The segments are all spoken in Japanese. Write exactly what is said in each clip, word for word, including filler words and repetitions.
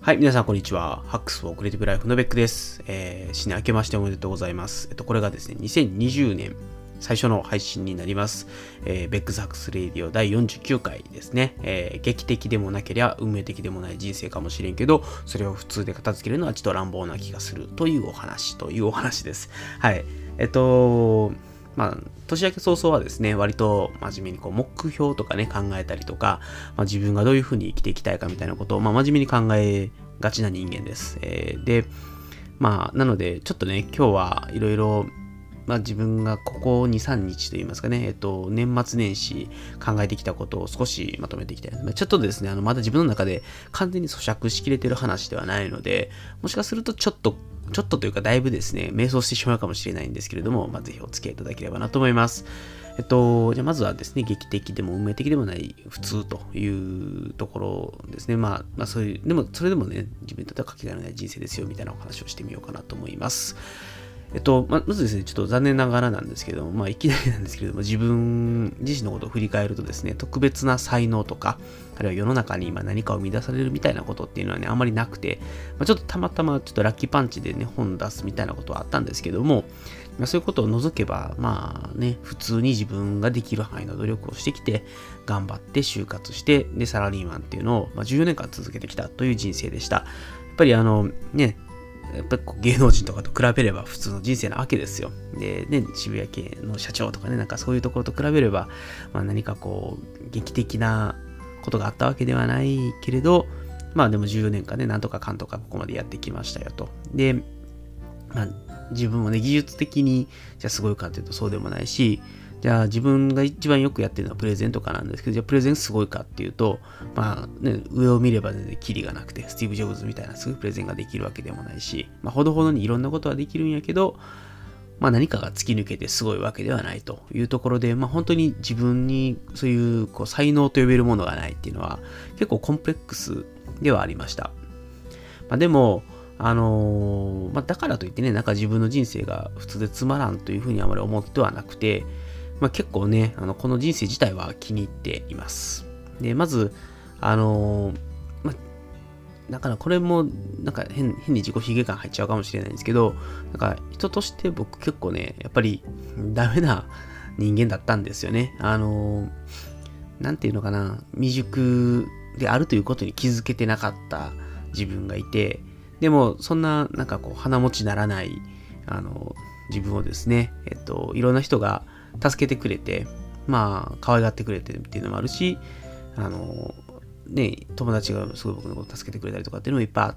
はい、皆さんこんにちは。ハックスフォークリエイティブライフのベックです。えー、新年明けましておめでとうございます。えっと、これがですね、にせんにじゅうねん最初の配信になります。えー、ベックスハックスレディオだいよんじゅうきゅうかいですね。えー、劇的でもなければ運命的でもない人生かもしれんけど、それを普通で片付けるのはちょっと乱暴な気がするというお話というお話です。はい。えっと、まあ、年明け早々はですね、割と真面目にこう目標とかね、考えたりとか、まあ、自分がどういうふうに生きていきたいかみたいなことを、まあ、真面目に考えがちな人間です。えー、で、まあ、なので、ちょっとね、今日はいろいろ、まあ自分がここに、さんにちといいますかね、えっと、年末年始考えてきたことを少しまとめていきたい。ちょっとですね、あの、まだ自分の中で完全に咀嚼しきれてる話ではないので、もしかするとちょっと、ちょっとというかだいぶですね、迷走してしまうかもしれないんですけれども、まあ、ぜひお付き合いいただければなと思います。えっと、じゃあまずはですね、劇的でも運命的でもない普通というところですね。まあ、まあそういう、でもそれでもね、自分にとってはかけがえのない人生ですよみたいなお話をしてみようかなと思います。えっと、ままずですね、ちょっと残念ながらなんですけども、まあ、いきなりなんですけれども、自分自身のことを振り返るとですね、特別な才能とか、あるいは世の中に今何かを生み出されるみたいなことっていうのはね、あんまりなくて、まあ、ちょっとたまたまちょっとラッキーパンチでね、本出すみたいなことはあったんですけども、まあ、そういうことを除けば、まあね、普通に自分ができる範囲の努力をしてきて、頑張って就活して、で、サラリーマンっていうのを、まあ、じゅうよねんかん続けてきたという人生でした。やっぱりあの、ね、やっぱり芸能人とかと比べれば普通の人生なわけですよ。で、ね、渋谷系の社長とかね、なんかそういうところと比べれば、まあ、何かこう、劇的なことがあったわけではないけれど、まあでもじゅうよねんかんね、なんとかかんとかここまでやってきましたよと。で、まあ、自分もね、技術的にじゃあすごいかっていうとそうでもないし、じゃあ自分が一番よくやってるのはプレゼンとかなんですけど、じゃあプレゼンすごいかっていうと、まあね、上を見れば全然キリがなくて、スティーブ・ジョブズみたいなすぐプレゼンができるわけでもないし、まあほどほどにいろんなことはできるんやけど、まあ何かが突き抜けてすごいわけではないというところで、まあ本当に自分にそういうこう才能と呼べるものがないっていうのは結構コンプレックスではありました。まあでも、あのー、まあだからといってね、なんか自分の人生が普通でつまらんというふうにあまり思ってはなくて、まあ、結構ね、あの、この人生自体は気に入っています。で、まず、あのー、まあ、だからこれも、なんか変、変に自己卑下感入っちゃうかもしれないんですけど、なんか人として僕結構ね、やっぱりダメな人間だったんですよね。あのー、なんていうのかな、未熟であるということに気づけてなかった自分がいて、でも、そんな、なんかこう、鼻持ちならない、あの、自分をですね、えっと、いろんな人が助けてくれて、まあ、可愛がってくれてっていうのもあるし、あの、ね、友達がすごい僕のことを助けてくれたりとかっていうのもいっぱいあって、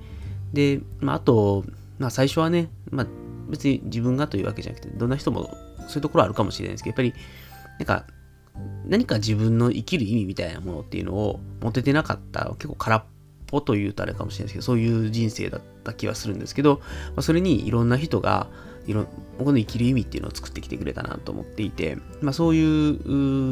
で、まあ、あと、まあ、最初はね、まあ、別に自分がというわけじゃなくて、どんな人もそういうところあるかもしれないですけど、やっぱり、なんか、何か自分の生きる意味みたいなものっていうのを持ててなかった、結構空っぽというとあれかもしれないですけど、そういう人生だった気はするんですけど、まあ、それにいろんな人が、いろ僕の生きる意味っていうのを作ってきてくれたなと思っていて、まあ、そういう、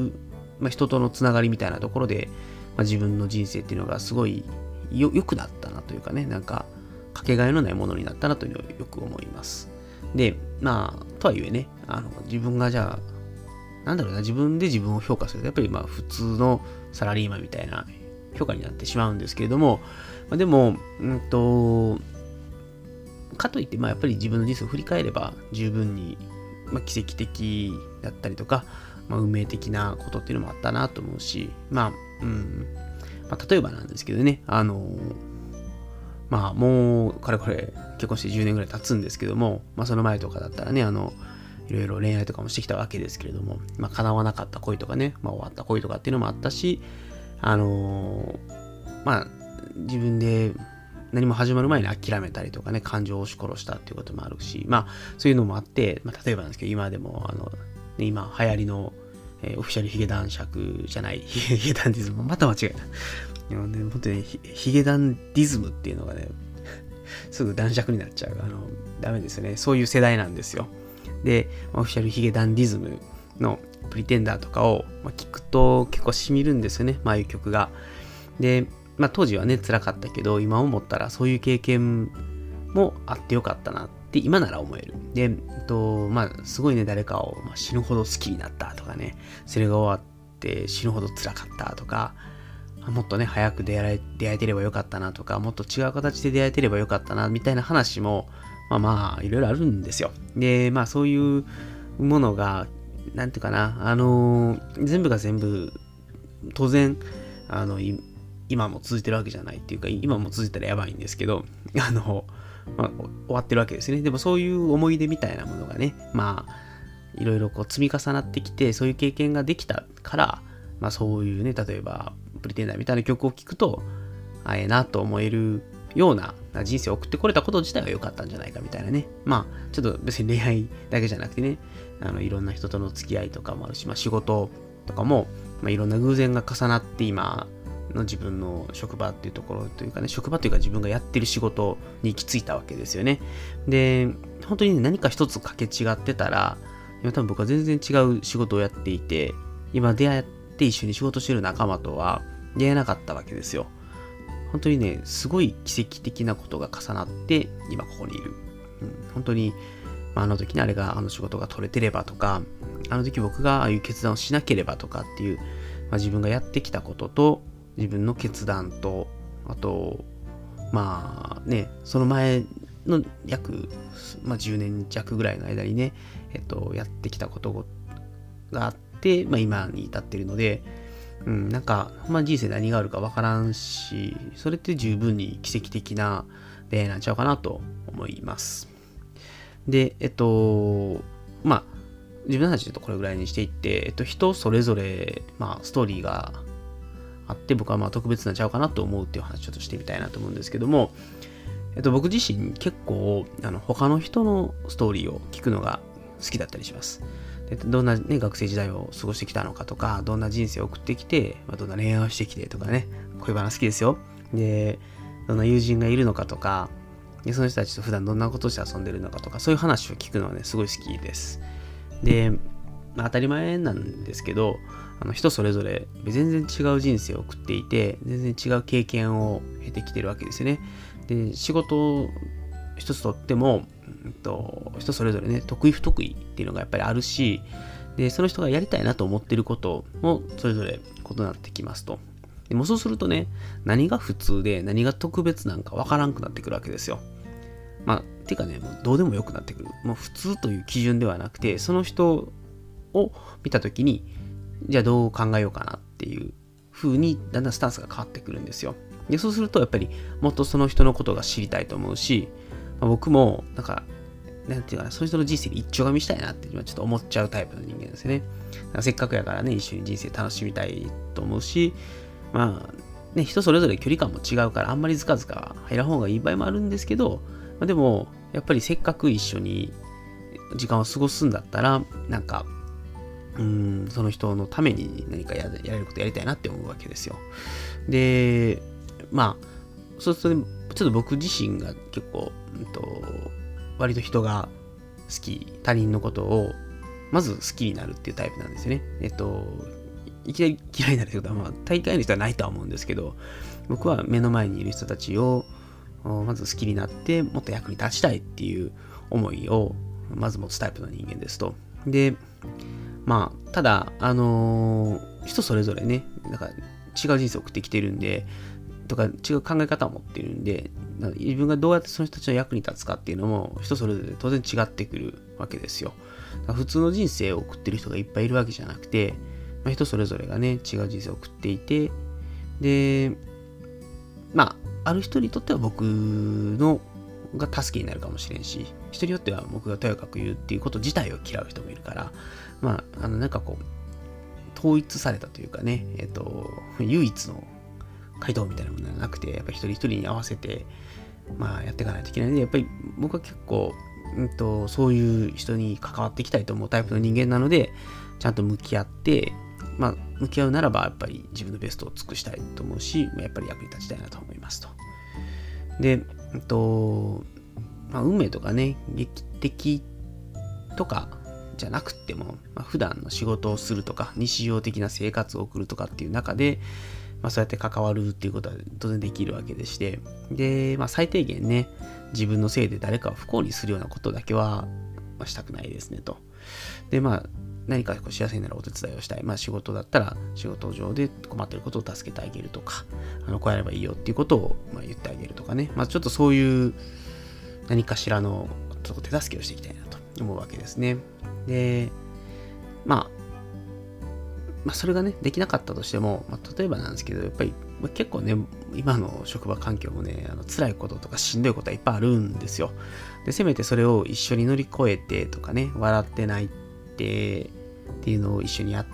まあ、人とのつながりみたいなところで、まあ、自分の人生っていうのがすごいよ良くなったなというかね、なんかかけがえのないものになったなというのをよく思います。で、まあ、とはいえね、あの自分がじゃあ、なんだろうな、自分で自分を評価すると、やっぱりまあ普通のサラリーマンみたいな評価になってしまうんですけれども、まあ、でも、うんと、かといって、まあ、やっぱり自分の人生を振り返れば十分に、まあ、奇跡的だったりとか、まあ、運命的なことっていうのもあったなと思うし、まあ、うん、まあ、例えばなんですけどね、あの、まあ、もう、かれこれ結婚してじゅうねんぐらい経つんですけども、まあ、その前とかだったらね、あの、いろいろ恋愛とかもしてきたわけですけれども、まあ、叶わなかった恋とかね、まあ、終わった恋とかっていうのもあったし、あのー、まあ、自分で何も始まる前に諦めたりとかね、感情を押し殺したっていうこともあるし、まあ、そういうのもあって、まあ、例えばなんですけど、今でも、あの、ね、今流行りの、えー、オフィシャルヒゲ男爵じゃない、ヒゲダンディズム、また間違えた。いやね、本当にヒゲダンディズムっていうのがね、すぐ男爵になっちゃう。あの、ダメですよね。そういう世代なんですよ。で、オフィシャルヒゲダンディズムのプリテンダーとかを聞くと結構しみるんですよね、ああいう曲が。で、まあ当時はね、辛かったけど、今思ったらそういう経験もあってよかったなって今なら思える。で、えっと、まあすごいね、誰かを死ぬほど好きになったとかね、それが終わって死ぬほど辛かったとか、 もっとね、早く出会え、出会えてればよかったなとか、もっと違う形で出会えてればよかったな、みたいな話も、まあまあ、いろいろあるんですよ。で、まあそういうものが、なんていうかな、あのー、全部が全部、当然、あの、今も続いてるわけじゃないっていうか、今も続いたらやばいんですけど、あの、まあ、終わってるわけですね。でもそういう思い出みたいなものがね、まあ、いろいろこう積み重なってきて、そういう経験ができたから、まあそういうね、例えば、プリテンダーみたいな曲を聴くと、あええなと思えるような人生を送ってこれたこと自体は良かったんじゃないかみたいなね。まあ、ちょっと別に恋愛だけじゃなくてね、あの、いろんな人との付き合いとかもあるし、まあ仕事とかも、まあいろんな偶然が重なって今の自分の職場っていうところというかね、職場というか自分がやってる仕事に行き着いたわけですよね。で、本当にね、何か一つ掛け違ってたら、今多分僕は全然違う仕事をやっていて、今出会って一緒に仕事してる仲間とは出会えなかったわけですよ。本当にね、すごい奇跡的なことが重なって、今ここにいる。うん、本当に、まあ、あの時にあれが、あの仕事が取れてればとか、あの時僕がああいう決断をしなければとかっていう、まあ、自分がやってきたことと、自分の決断と、あと、まあね、その前の約、まあ、じゅうねん弱ぐらいの間にね、えっと、やってきたことがあって、まあ、今に至っているので、うん、なんか、まあ、人生何があるか分からんし、それって十分に奇跡的な出会いなんちゃうかなと思います。で、えっと、まあ、自分の話ちょっとこれぐらいにしていって、えっと、人それぞれ、まあ、ストーリーがあって、僕はまあ特別なんちゃうかなと思うっていう話をちょっとしてみたいなと思うんですけども、えっと、僕自身結構、あの、他の人のストーリーを聞くのが好きだったりします。でどんな、ね、学生時代を過ごしてきたのかとか、どんな人生を送ってきて、まあ、どんな恋愛をしてきてとかね、恋バナ好きですよ。で、どんな友人がいるのかとか、でその人たちと普段どんなことをして遊んでるのかとか、そういう話を聞くのはね、すごい好きです。で、まあ、当たり前なんですけど、あの人それぞれ全然違う人生を送っていて、全然違う経験を経てきてるわけですよね。で、仕事一つとっても、うんと、人それぞれね、得意不得意っていうのがやっぱりあるし、で、その人がやりたいなと思ってることもそれぞれ異なってきますと。でもそうするとね、何が普通で何が特別なんかわからんくなってくるわけですよ。まあ、てかね、もうどうでもよくなってくる。もう普通という基準ではなくて、その人を見たときに、じゃあどう考えようかなっていう風にだんだんスタンスが変わってくるんですよ。で、そうするとやっぱりもっとその人のことが知りたいと思うし、まあ、僕もなんか、なんていうかな、その人の人生に一丁噛みしたいなって今ちょっと思っちゃうタイプの人間ですね。せっかくやからね、一緒に人生楽しみたいと思うし、まあ、ね、人それぞれ距離感も違うから、あんまりずかずか入らん方がいい場合もあるんですけど、まあ、でも、やっぱりせっかく一緒に時間を過ごすんだったら、なんか、うーん、その人のために何か や, やれることやりたいなって思うわけですよ。で、まあ、そうすると、ね、ちょっと僕自身が結構、うんと、割と人が好き、他人のことを、まず好きになるっていうタイプなんですよね。えっと、いきなり嫌いになるってことは、まあ、大概の人はないとは思うんですけど、僕は目の前にいる人たちを、まず好きになって、もっと役に立ちたいっていう思いを、まず持つタイプの人間ですと。で、まあ、ただ、あのー、人それぞれね、なんか違う人生を送ってきてるんで、とか違う考え方を持ってるんで、自分がどうやってその人たちの役に立つかっていうのも人それぞれ当然違ってくるわけですよ。普通の人生を送ってる人がいっぱいいるわけじゃなくて、まあ、人それぞれがね、違う人生を送っていて、で、まあ、ある人にとっては僕のが助けになるかもしれんし、人によっては僕がとやかく言うっていうこと自体を嫌う人もいるから、まあ、あの、なんかこう、統一されたというかね、えっと、唯一の回答みたいなものではなくて、やっぱり一人一人に合わせて、まあ、やっていかないといけないので、やっぱり僕は結構、うんと、そういう人に関わっていきたいと思うタイプの人間なので、ちゃんと向き合って、まあ、向き合うならば、やっぱり自分のベストを尽くしたいと思うし、やっぱり役に立ちたいなと思いますと。で、うんと、まあ、運命とかね、劇的とかじゃなくても、まあ、普段の仕事をするとか、日常的な生活を送るとかっていう中で、まあ、そうやって関わるっていうことは当然できるわけでして、で、まあ、最低限ね、自分のせいで誰かを不幸にするようなことだけは、まあ、したくないですねと。で、まあ、 何かこう幸せになるお手伝いをしたい。まあ仕事だったら仕事上で困っていることを助けてあげるとか、あのこうやればいいよっていうことをまあ言ってあげるとかね。まあちょっとそういう何かしらのちょっと手助けをしていきたいなと思うわけですね。で、まあ、まあそれがね、できなかったとしても、まあ、例えばなんですけど、やっぱり結構ね、今の職場環境もね、あの辛いこととかしんどいことはいっぱいあるんですよ。で、せめてそれを一緒に乗り越えてとかね、笑って泣いてっていうのを一緒にやって、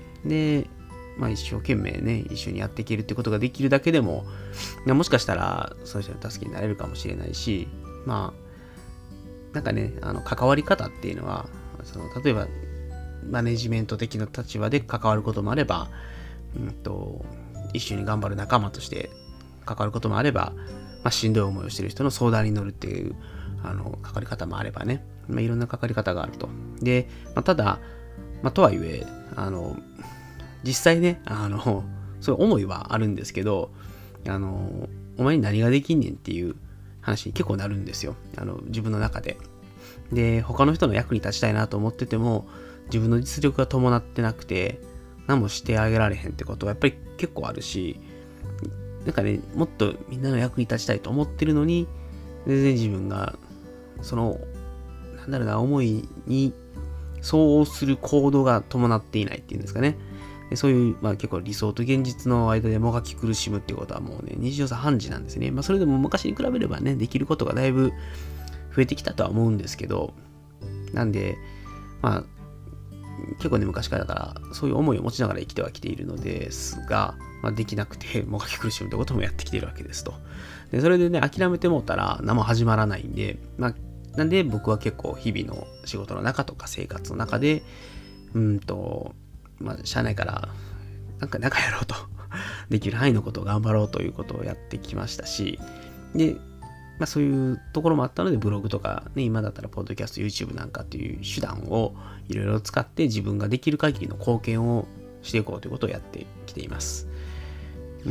で、まあ一生懸命ね、一緒にやっていけるってことができるだけでも、もしかしたらそういう人の助けになれるかもしれないし、まあ、なんかね、あの関わり方っていうのは、その例えばマネジメント的な立場で関わることもあれば、うんと、一緒に頑張る仲間として関わることもあれば、まあ、しんどい思いをしている人の相談に乗るっていうあの関わり方もあればね、まあ、いろんな関わり方があると。で、まあ、ただ、まあ、とはいえ、あの、実際ね、あの、そういう思いはあるんですけど、あの、お前に何ができんねんっていう話に結構なるんですよ。あの、自分の中で。で、他の人の役に立ちたいなと思ってても、自分の実力が伴ってなくて、何もしてあげられへんってことはやっぱり結構あるし、なんかね、もっとみんなの役に立ちたいと思ってるのに、全然自分が、その、なんだろうな、思いに相応する行動が伴っていないっていうんですかね。でそういう、まあ結構理想と現実の間でもがき苦しむっていうことはもうね、日常茶飯事なんですね。まあそれでも昔に比べればね、できることがだいぶ増えてきたとは思うんですけど、なんで、まあ、結構ね、昔からだから、そういう思いを持ちながら生きてはきているのですが、まあ、できなくて、もがき苦しむってこともやってきているわけですと。で、それでね、諦めてもうたら何も始まらないんで、まあ、なんで僕は結構日々の仕事の中とか生活の中で、うんと、まあ、社内から、なんか中やろうと、できる範囲のことを頑張ろうということをやってきましたし、で、まあそういうところもあったので、ブログとか、ね、今だったらポッドキャスト、YouTube なんかっていう手段をいろいろ使って自分ができる限りの貢献をしていこうということをやってきています。うん、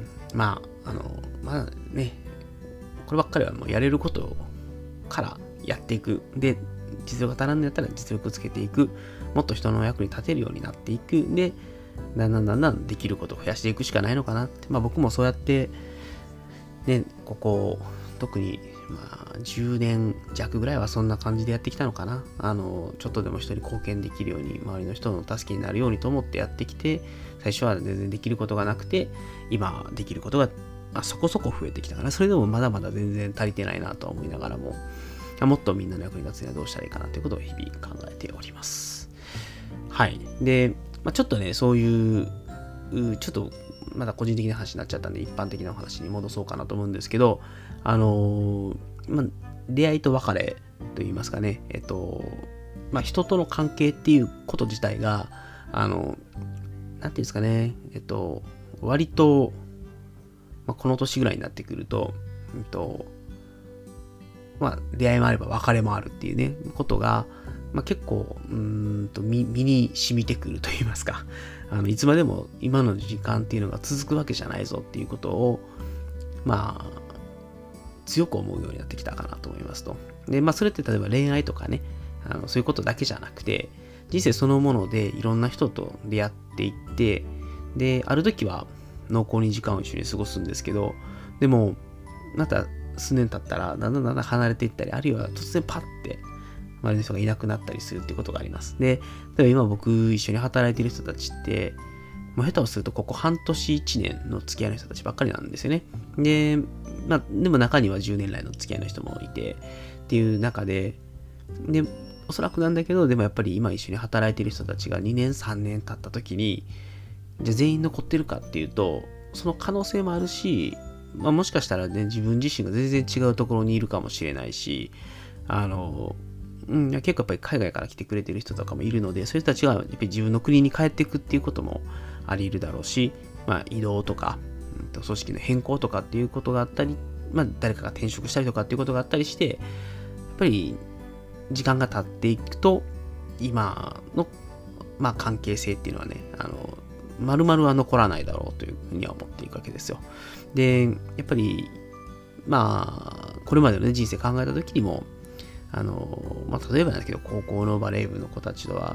まあ、あの、まあね、こればっかりはもうやれることからやっていく。で、実力が足らんのやったら実力つけていく。もっと人の役に立てるようになっていく。で、だんだんだんだんできることを増やしていくしかないのかなって。まあ僕もそうやって、ね、ここ、特に、まあ、じゅうねん弱ぐらいはそんな感じでやってきたのかな。あの、ちょっとでも人に貢献できるように、周りの人の助けになるようにと思ってやってきて、最初は全然できることがなくて、今できることが、まあ、そこそこ増えてきたから、それでもまだまだ全然足りてないなと思いながらも、もっとみんなの役に立つにはどうしたらいいかなということを日々考えております。はい。で、まあ、ちょっとね、そういう、ちょっと、まだ個人的な話になっちゃったんで、一般的なお話に戻そうかなと思うんですけど、あのー、まあ、出会いと別れと言いますかね、えっと、まあ、人との関係っていうこと自体が、あの、なんていうんですかね、えっと、割と、まあ、この年ぐらいになってくると、えっと、まあ、出会いもあれば別れもあるっていうね、ことが、まあ、結構、うーんと身、身に染みてくると言いますか、あの、いつまでも今の時間っていうのが続くわけじゃないぞっていうことを、まあ、強く思うようになってきたかなと思いますと。で、まあ、それって例えば恋愛とかね、あのそういうことだけじゃなくて、人生そのものでいろんな人と出会っていって、で、ある時は濃厚に時間を一緒に過ごすんですけど、でも、また数年経ったら、だんだんだんだん離れていったり、あるいは突然パッて、周りの人がいなくなったりするっていうことがあります。で、例えば今僕一緒に働いている人たちって、もう下手をするとここ半年いちねんの付き合いの人たちばっかりなんですよね。で、まあ、でも中にはじゅうねん来の付き合いの人もいて、っていう中で、で、おそらくなんだけど、でもやっぱり今一緒に働いている人たちがにねんさんねん経った時に、じゃあ全員残ってるかっていうと、その可能性もあるし、まあ、もしかしたらね、自分自身が全然違うところにいるかもしれないし、あの、うん、結構やっぱり海外から来てくれてる人とかもいるので、そういう人たちがやっぱり自分の国に帰っていくっていうこともあり得るだろうし、まあ移動とか、うん、組織の変更とかっていうことがあったり、まあ誰かが転職したりとかっていうことがあったりして、やっぱり時間が経っていくと、今の、まあ、関係性っていうのはね、あの、丸々は残らないだろうというふうには思っていくわけですよ。で、やっぱり、まあ、これまでの、ね、人生考えた時にも、あの、まあ、例えばなんですけど、高校のバレー部の子たちとは、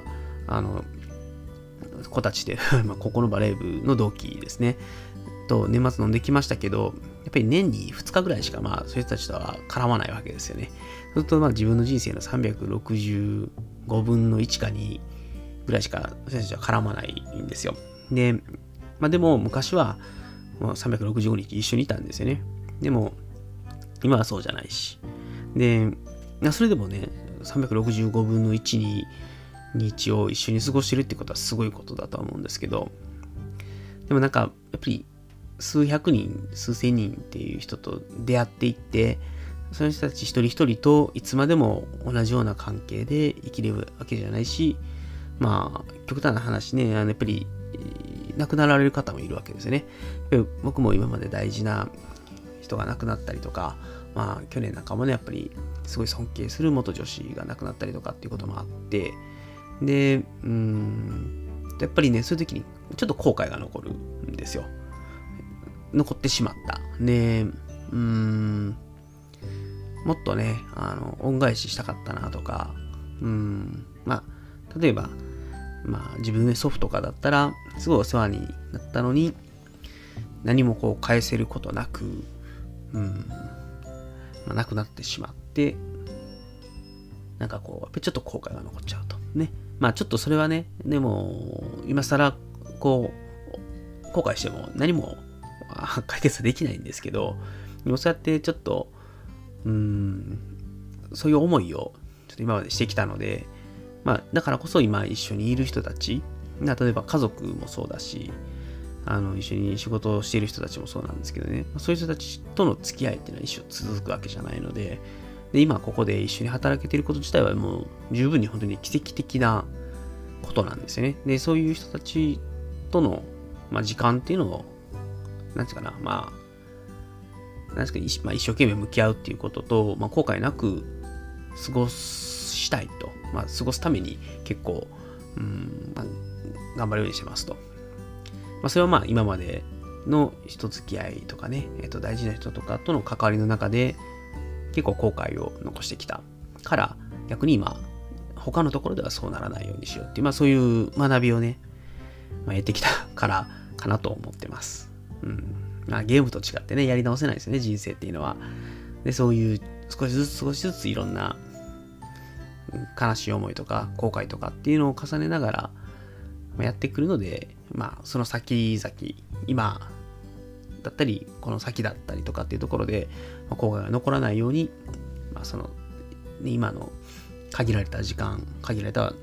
あの、子たちで、まあ、ここのバレー部の同期ですね。と、年末飲んできましたけど、やっぱり年にふつかぐらいしか、まあ、そういう人たちとは絡まないわけですよね。そうすると、まあ、自分の人生のさんびゃくろくじゅうごぶんのいちかにぐらいしか、そういう人たちは絡まないんですよ。で、まあ、でも、昔は、もうさんびゃくろくじゅうごにち一緒にいたんですよね。でも、今はそうじゃないし。で、それでもね、さんびゃくろくじゅうごぶんのいちに、日を一緒に過ごしてるってことはすごいことだとは思うんですけど、でもなんか、やっぱり、数百人、数千人っていう人と出会っていって、その人たち一人一人といつまでも同じような関係で生きれるわけじゃないし、まあ、極端な話ね、あのやっぱり、亡くなられる方もいるわけですよね。僕も今まで大事な人が亡くなったりとか、まあ、去年なんかもね、やっぱり、すごい尊敬する元女子が亡くなったりとかっていうこともあって、で、うーん、やっぱりね、そういう時にちょっと後悔が残るんですよ。残ってしまった。で、うーん、もっとね、あの、恩返ししたかったなとか、うん、まあ、例えば、まあ、自分で祖父とかだったら、すごいお世話になったのに、何もこう返せることなく、うん、まあ、亡くなってしまって、なんかこう、やっぱりちょっと後悔が残っちゃうと。ね。まあ、ちょっとそれはね、でも、今更、こう、後悔しても何も解決できないんですけど、でもそうやってちょっと、うーん、そういう思いをちょっと今までしてきたので、まあ、だからこそ今一緒にいる人たち、例えば家族もそうだし、あの、一緒に仕事をしている人たちもそうなんですけどね、そういう人たちとの付き合いっていうのは一生続くわけじゃないので、で、今ここで一緒に働けていること自体はもう十分に本当に奇跡的なことなんですよね。で、そういう人たちとの、まあ、時間っていうのを、なんていうかな、まあ、なんですか、まあ、一生懸命向き合うっていうことと、まあ、後悔なく過ごしたいと、まあ、過ごすために結構、うん、まあ、頑張るようにしてますと。まあ、それはまあ、今までの人付き合いとかね、えっと、大事な人とかとの関わりの中で、結構後悔を残してきたから、逆に今、他のところではそうならないようにしようっていう、まあ、そういう学びをね、まあ、得てきたからかなと思ってます。うん。まあ、ゲームと違ってね、やり直せないですよね、人生っていうのは。で、そういう少しずつ少しずついろんな悲しい思いとか後悔とかっていうのを重ねながらやってくるので、まあ、その先々、今だったり、この先だったりとかっていうところで、まあ、後悔が残らないように、まあ、その、ね、今の限られた時間、限られた、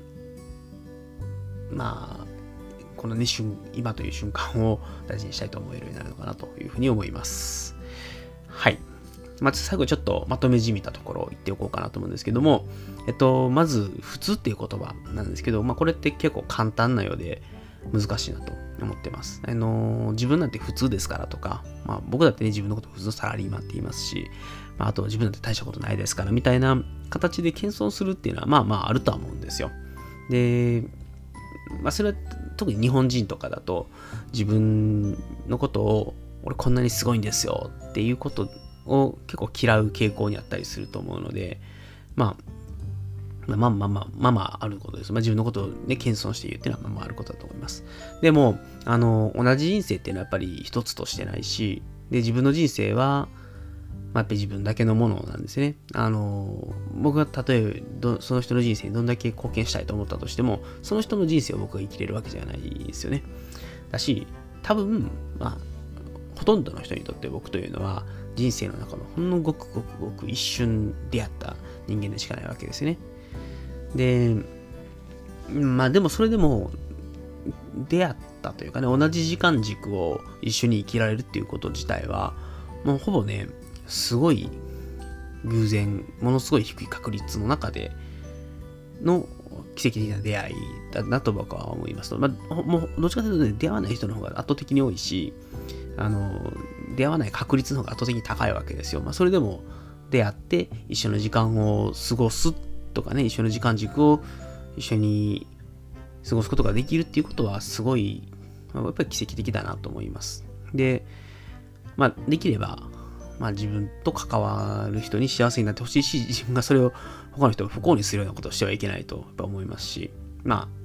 まあ、このね、瞬、今という瞬間を大事にしたいと思えるようになるのかなというふうに思います。はい。まず最後ちょっとまとめじみたところを言っておこうかなと思うんですけども、えっと、まず、普通っていう言葉なんですけど、まあ、これって結構簡単なようで難しいなと思ってます。あの、自分なんて普通ですからとか、まあ、僕だってね、自分のこと普通のサラリーマンって言いますし、まあ、あと自分なんて大したことないですからみたいな形で謙遜するっていうのは、まあまああるとは思うんですよ。で、まあ、それは特に日本人とかだと自分のことを俺こんなにすごいんですよっていうことを結構嫌う傾向にあったりすると思うので、まあ、まあまあまあまあまああることです。まあ自分のことをね、謙遜して言うっていうのはまあまああることだと思います。でも、あの、同じ人生っていうのはやっぱり一つとしてないし、で、自分の人生は、まあ、やっぱり自分だけのものなんですね。あの、僕が例えばその人の人生にどんだけ貢献したいと思ったとしても、その人の人生を僕が生きれるわけじゃないですよね。だし、多分、まあ、ほとんどの人にとって僕というのは、人生の中のほんのごくごくごく一瞬出会った人間でしかないわけですよね。で、まあでもそれでも、出会ったというかね、同じ時間軸を一緒に生きられるっていうこと自体は、もうほぼね、すごい偶然、ものすごい低い確率の中での奇跡的な出会いだなと僕は思いますと、まあ、もうどっちかというとね、出会わない人の方が圧倒的に多いし、あの、出会わない確率の方が圧倒的に高いわけですよ。まあ、それでも出会って一緒の時間を過ごすとかね、一緒の時間軸を一緒に過ごすことができるっていうことはすごい、やっぱり奇跡的だなと思います。で、まあ、できれば、まあ自分と関わる人に幸せになってほしいし、自分がそれを他の人を不幸にするようなことをしてはいけないとやっぱ思いますし、まあ、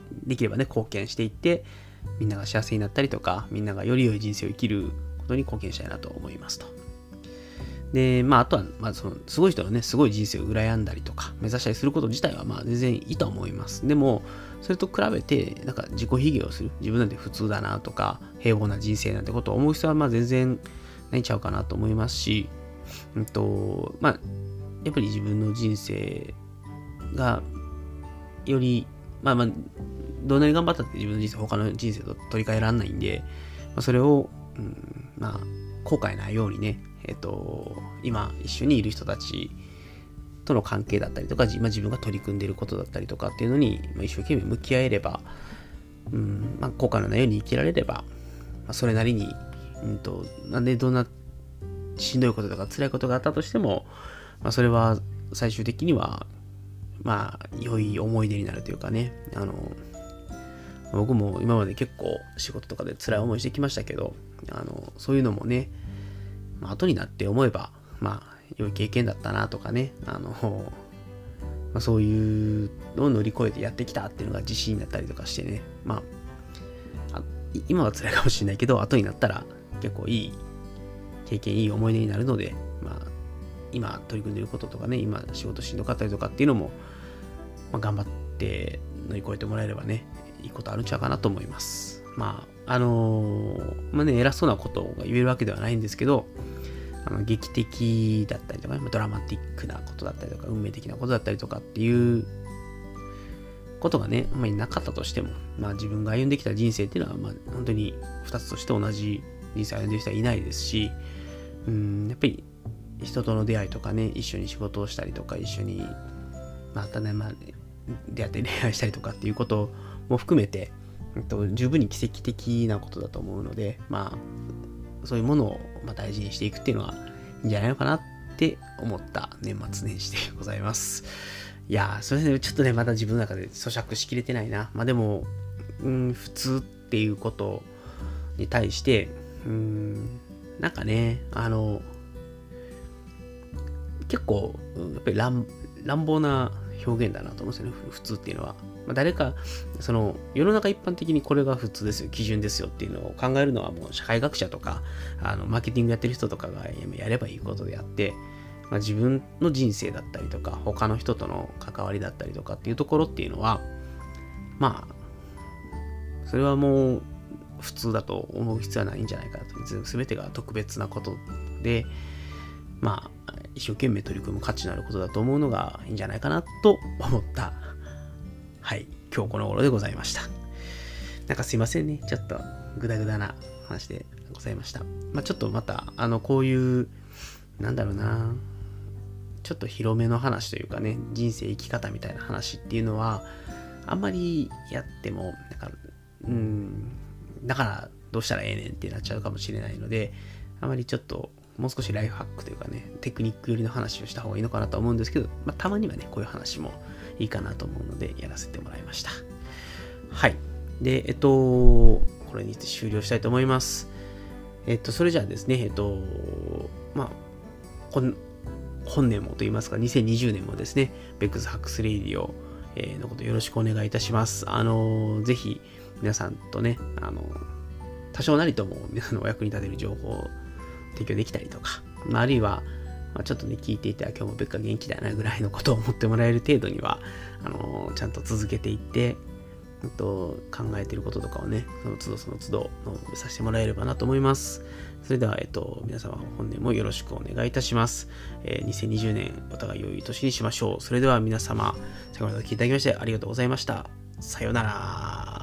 できればね、貢献していって、みんなが幸せになったりとか、みんながより良い人生を生きることに貢献したいなと思いますと。で、まあ、あとは、まあ、その、すごい人のね、すごい人生を羨んだりとか、目指したりすること自体は、まあ、全然いいと思います。でも、それと比べて、なんか、自己卑下をする。自分なんて普通だなとか、平凡な人生なんてことを思う人は、まあ、全然ないんちゃうかなと思いますし、うんと、まあ、やっぱり自分の人生が、より、まあまあ、どんなに頑張ったって自分の人生、他の人生と取り替えられないんで、まあ、それを、うん、まあ、後悔ないようにね、えっと、今一緒にいる人たちとの関係だったりとか、今自分が取り組んでいることだったりとかっていうのに、まあ、一生懸命向き合えれば、うんまあ、後悔のないように生きられれば、まあ、それなりに、うんと、なんでどんなしんどいこととか辛いことがあったとしても、まあ、それは最終的には、まあ、良い思い出になるというかね、あの、僕も今まで結構仕事とかで辛い思いしてきましたけど、あの、そういうのもね、まあ、後になって思えば、まあ、良い経験だったなとかね、あの、まあ、そういうのを乗り越えてやってきたっていうのが自信になったりとかしてね、まあ、あ今は辛いかもしれないけど、後になったら結構いい経験、いい思い出になるので、まあ、今取り組んでいることとかね、今仕事しんどかったりとかっていうのも、まあ、頑張って乗り越えてもらえればね、いいことあるんちゃうかなと思います。まあ、あのー、まあね、偉そうなことが言えるわけではないんですけど、あの劇的だったりとか、ドラマティックなことだったりとか、運命的なことだったりとかっていうことがね、あんまりなかったとしても、まあ自分が歩んできた人生っていうのは、まあ本当に二つとして同じ人生を歩んでる人はいないですし、うん、やっぱり人との出会いとかね、一緒に仕事をしたりとか、一緒に、またね、まあ、出会って恋愛したりとかっていうことも含めて、えっと、十分に奇跡的なことだと思うので、まあ、そういうものをまあ大事にしていくっていうのはいいんじゃないのかなって思った年末年始でございます。いやー、それでちょっとね、まだ自分の中で咀嚼しきれてないな。まあでも、うん、普通っていうことに対して、うん、なんかね、あの、結構、やっぱり乱乱暴な表現だなと思うんですよね、普通っていうのは。まあ、誰か、その、世の中一般的にこれが普通ですよ、基準ですよっていうのを考えるのはもう社会学者とか、あの、マーケティングやってる人とかがやればいいことであって、まあ、自分の人生だったりとか、他の人との関わりだったりとかっていうところっていうのは、まあ、それはもう普通だと思う必要はないんじゃないかと。全てが特別なことで、まあ、一生懸命取り組む価値のあることだと思うのがいいんじゃないかなと思った、はい、今日この頃でございました。なんかすいませんね。ちょっとグダグダな話でございました。まあ、ちょっとまた、あの、こういう、なんだろうな、ちょっと広めの話というかね、人生生き方みたいな話っていうのは、あんまりやっても、なんか、うん、だからどうしたらええねんってなっちゃうかもしれないので、あまりちょっと、もう少しライフハックというかね、テクニック寄りの話をした方がいいのかなと思うんですけど、まあ、たまにはね、こういう話もいいかなと思うので、やらせてもらいました。はい。で、えっと、これにて終了したいと思います。えっと、それじゃあですね、えっと、まあ、本本年もといいますか、にせんにじゅうねんもですね、ベックスハックスレイディオのことよろしくお願いいたします。あの、ぜひ、皆さんとね、あの、多少なりとも皆さんのお役に立てる情報を提供できたりとか、まあ、あるいは、まあ、ちょっとね、聞いていては今日もベッカ元気だなぐらいのことを思ってもらえる程度には、あの、ちゃんと続けていって、えっと、考えていることとかをね、その都度その都度させてもらえればなと思います。それでは、えっと、皆様本年もよろしくお願いいたします。えー、にせんにじゅうねんお互い良い年にしましょう。それでは皆様、最後までお聞きいただきましてありがとうございました。さようなら。